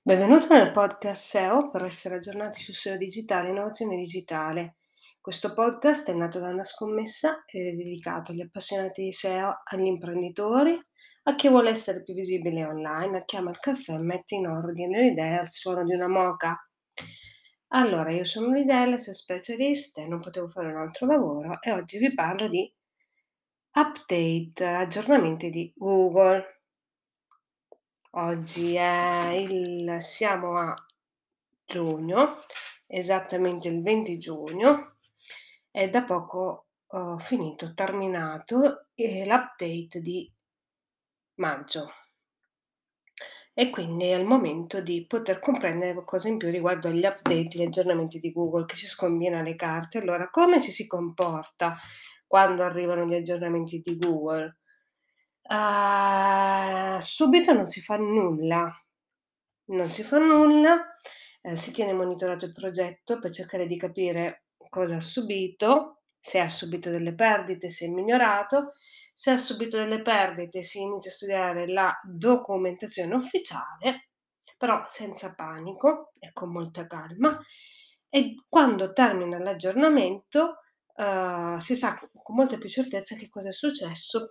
Benvenuto nel podcast SEO per essere aggiornati su SEO digitale e innovazione digitale. Questo podcast è nato da una scommessa ed è dedicato agli appassionati di SEO, agli imprenditori, a chi vuole essere più visibile online, a chi ama il caffè e mette in ordine le idee al suono di una moka. Allora, io sono Lisella, sono specialista e non potevo fare un altro lavoro e oggi vi parlo di update, aggiornamenti di Google. Oggi siamo a giugno, esattamente il 20 giugno, è da poco ho terminato, l'update di maggio e quindi è il momento di poter comprendere qualcosa in più riguardo agli update, gli aggiornamenti di Google, che ci scombina le carte. Allora, come ci si comporta quando arrivano gli aggiornamenti di Google? Subito non si fa nulla. Non si fa nulla, si tiene monitorato il progetto per cercare di capire cosa ha subito, se ha subito delle perdite, se è migliorato. Se ha subito delle perdite si inizia a studiare la documentazione ufficiale, però senza panico e con molta calma, e quando termina l'aggiornamento, si sa con molta più certezza che cosa è successo,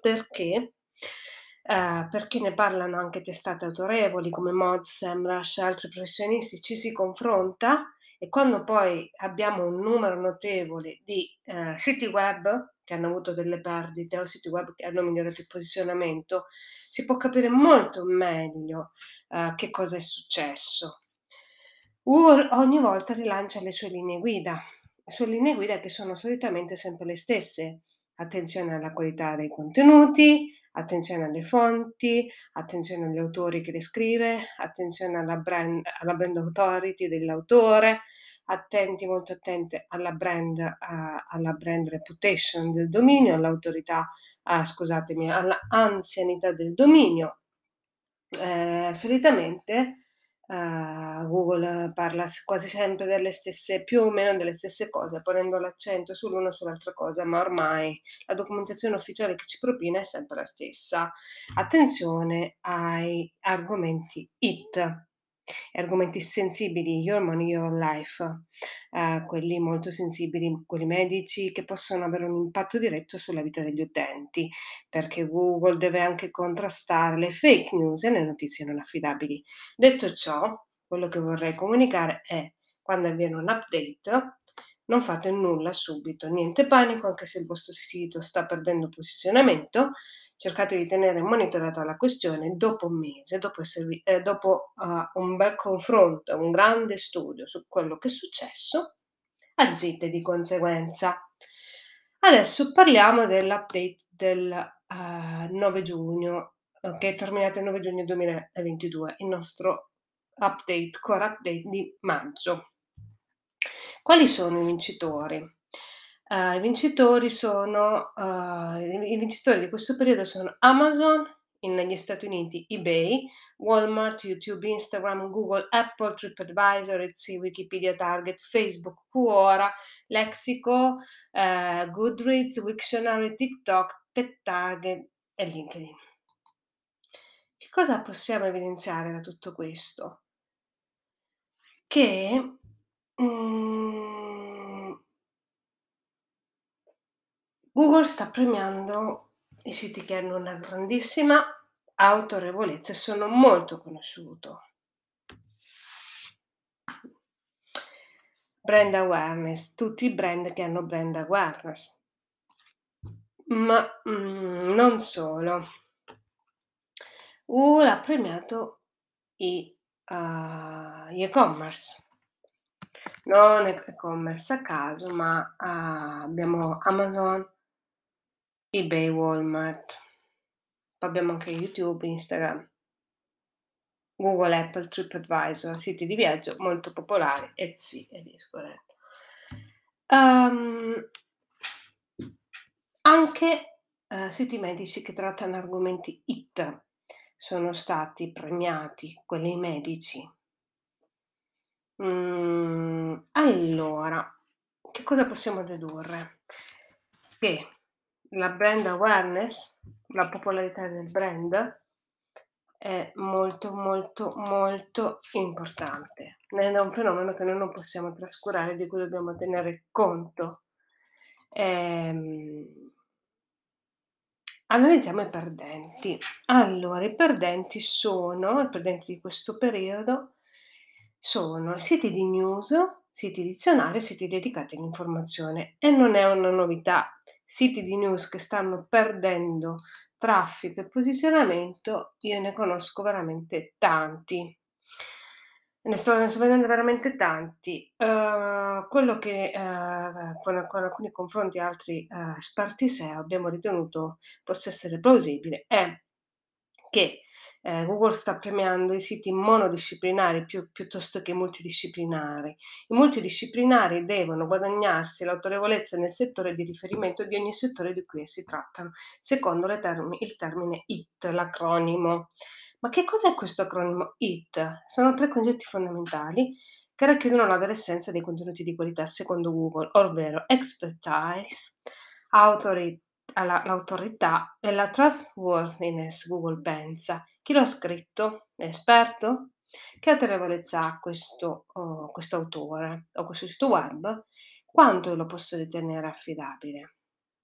perché ne parlano anche testate autorevoli come Moz, SEMrush e altri professionisti, ci si confronta e quando poi abbiamo un numero notevole di, siti web che hanno avuto delle perdite o siti web che hanno migliorato il posizionamento, si può capire molto meglio, che cosa è successo. Google ogni volta rilancia le sue linee guida che sono solitamente sempre le stesse: attenzione alla qualità dei contenuti, attenzione alle fonti, attenzione agli autori che le scrive, attenzione alla brand authority dell'autore, molto attenti alla brand reputation del dominio, alla anzianità del dominio. Solitamente, Google parla quasi sempre delle stesse, più o meno delle stesse cose, ponendo l'accento sull'una o sull'altra cosa, ma ormai la documentazione ufficiale che ci propina è sempre la stessa. Attenzione ai argomenti IT, argomenti sensibili, Your Money, Your Life, quelli molto sensibili, quelli medici, che possono avere un impatto diretto sulla vita degli utenti, perché Google deve anche contrastare le fake news e le notizie non affidabili. Detto ciò, quello che vorrei comunicare è: quando avviene un update, non fate nulla subito, niente panico, anche se il vostro sito sta perdendo posizionamento, cercate di tenere monitorata la questione. Dopo un mese, dopo un bel confronto, un grande studio su quello che è successo, agite di conseguenza. Adesso parliamo dell'update del 9 giugno, che è terminato il 9 giugno 2022, il nostro core update di maggio. Quali sono i vincitori? I vincitori di questo periodo sono Amazon negli Stati Uniti, eBay, Walmart, YouTube, Instagram, Google, Apple, TripAdvisor, Etsy, Wikipedia, Target, Facebook, Quora, Lexico, Goodreads, Wiktionary, TikTok, TechTarget e LinkedIn. Che cosa possiamo evidenziare da tutto questo? Che Google sta premiando i siti che hanno una grandissima autorevolezza e sono molto conosciuto. Brand awareness, tutti i brand che hanno brand awareness. Ma non solo. Google ha premiato gli e-commerce. Non e-commerce a caso, ma abbiamo Amazon, eBay, Walmart. Poi abbiamo anche YouTube, Instagram, Google, Apple, TripAdvisor, siti di viaggio molto popolari, Etsy e via scorrendo. Anche siti medici che trattano argomenti IT sono stati premiati, quelli medici. Allora, che cosa possiamo dedurre? Che la brand awareness, la popolarità del brand, è molto, molto, molto importante. Ed è un fenomeno che noi non possiamo trascurare, di cui dobbiamo tenere conto. Ehm Analizziamo i perdenti. Allora, i perdenti di questo periodo sono siti di news, siti dizionari, siti dedicati all'informazione e non è una novità. Siti di news che stanno perdendo traffico e posizionamento, io ne conosco veramente tanti. Ne sto vedendo veramente tanti. Quello che, con alcuni confronti e altri, esperti SEO abbiamo ritenuto possa essere plausibile è che, Google sta premiando i siti monodisciplinari piuttosto che multidisciplinari. I multidisciplinari devono guadagnarsi l'autorevolezza nel settore di riferimento di ogni settore di cui essi trattano, secondo il termine IT, l'acronimo. Ma che cos'è questo acronimo IT? Sono 3 concetti fondamentali che racchiudono la vera essenza dei contenuti di qualità secondo Google, ovvero expertise, authori l'autorità e la trustworthiness. Google pensa. Chi lo ha scritto? È esperto? Che autorevolezza ha questo autore o questo sito web? Quanto lo posso ritenere affidabile?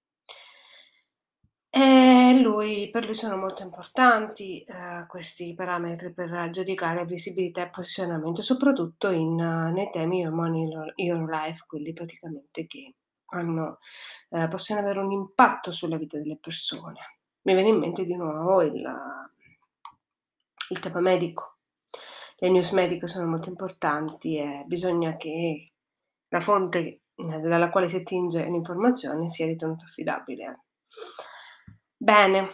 Per lui sono molto importanti, questi parametri per giudicare visibilità e posizionamento, soprattutto nei temi Your Money, Your Life, quelli praticamente che hanno possono avere un impatto sulla vita delle persone. Mi viene in mente di nuovo il tema medico. Le news mediche sono molto importanti e bisogna che la fonte, dalla quale si attinge l'informazione sia ritenuta affidabile. Bene.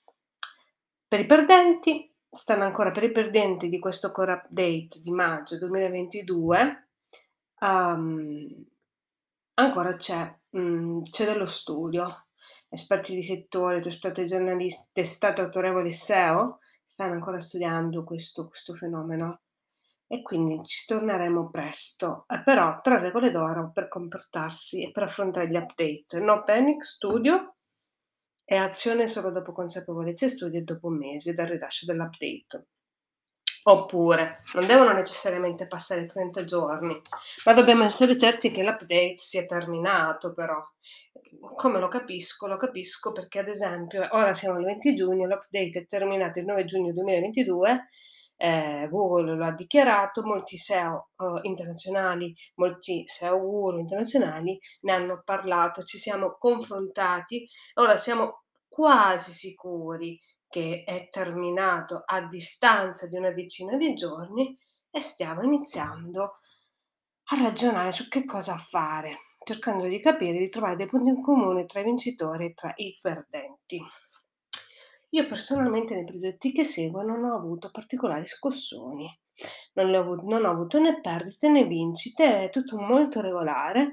Per i perdenti di questo core update di maggio 2022, uhm, ancora c'è dello studio. Esperti di settore, testate autorevoli SEO stanno ancora studiando questo fenomeno e quindi ci torneremo presto, però 3 regole d'oro per comportarsi e per affrontare gli update: no panic, studio e azione solo dopo consapevolezza e studio e dopo mesi dal rilascio dell'update. Oppure, non devono necessariamente passare 30 giorni, ma dobbiamo essere certi che l'update sia terminato però. Come lo capisco? Lo capisco perché ad esempio ora siamo al 20 giugno, l'update è terminato il 9 giugno 2022, Google lo ha dichiarato, molti SEO, internazionali, molti SEO guru internazionali ne hanno parlato, ci siamo confrontati, ora siamo quasi sicuri che è terminato a distanza di una decina di giorni e stiamo iniziando a ragionare su che cosa fare, cercando di capire, di trovare dei punti in comune tra i vincitori e tra i perdenti. Io personalmente nei progetti che seguo non ho avuto particolari scossoni, non ho avuto né perdite né vincite, è tutto molto regolare.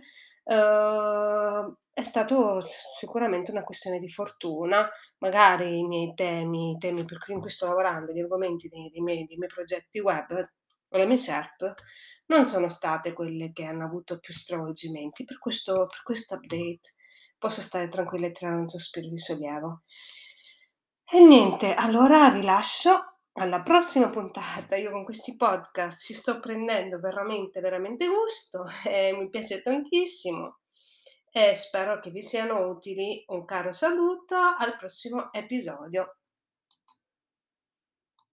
È stato sicuramente una questione di fortuna, magari i temi in cui sto lavorando, gli argomenti dei miei progetti web o le mie SERP non sono state quelle che hanno avuto più stravolgimenti. Per questo update posso stare tranquilla e tirare un sospiro di sollievo. E niente, allora vi lascio alla prossima puntata. Io con questi podcast ci sto prendendo veramente, veramente gusto e mi piace tantissimo e spero che vi siano utili. Un caro saluto, al prossimo episodio.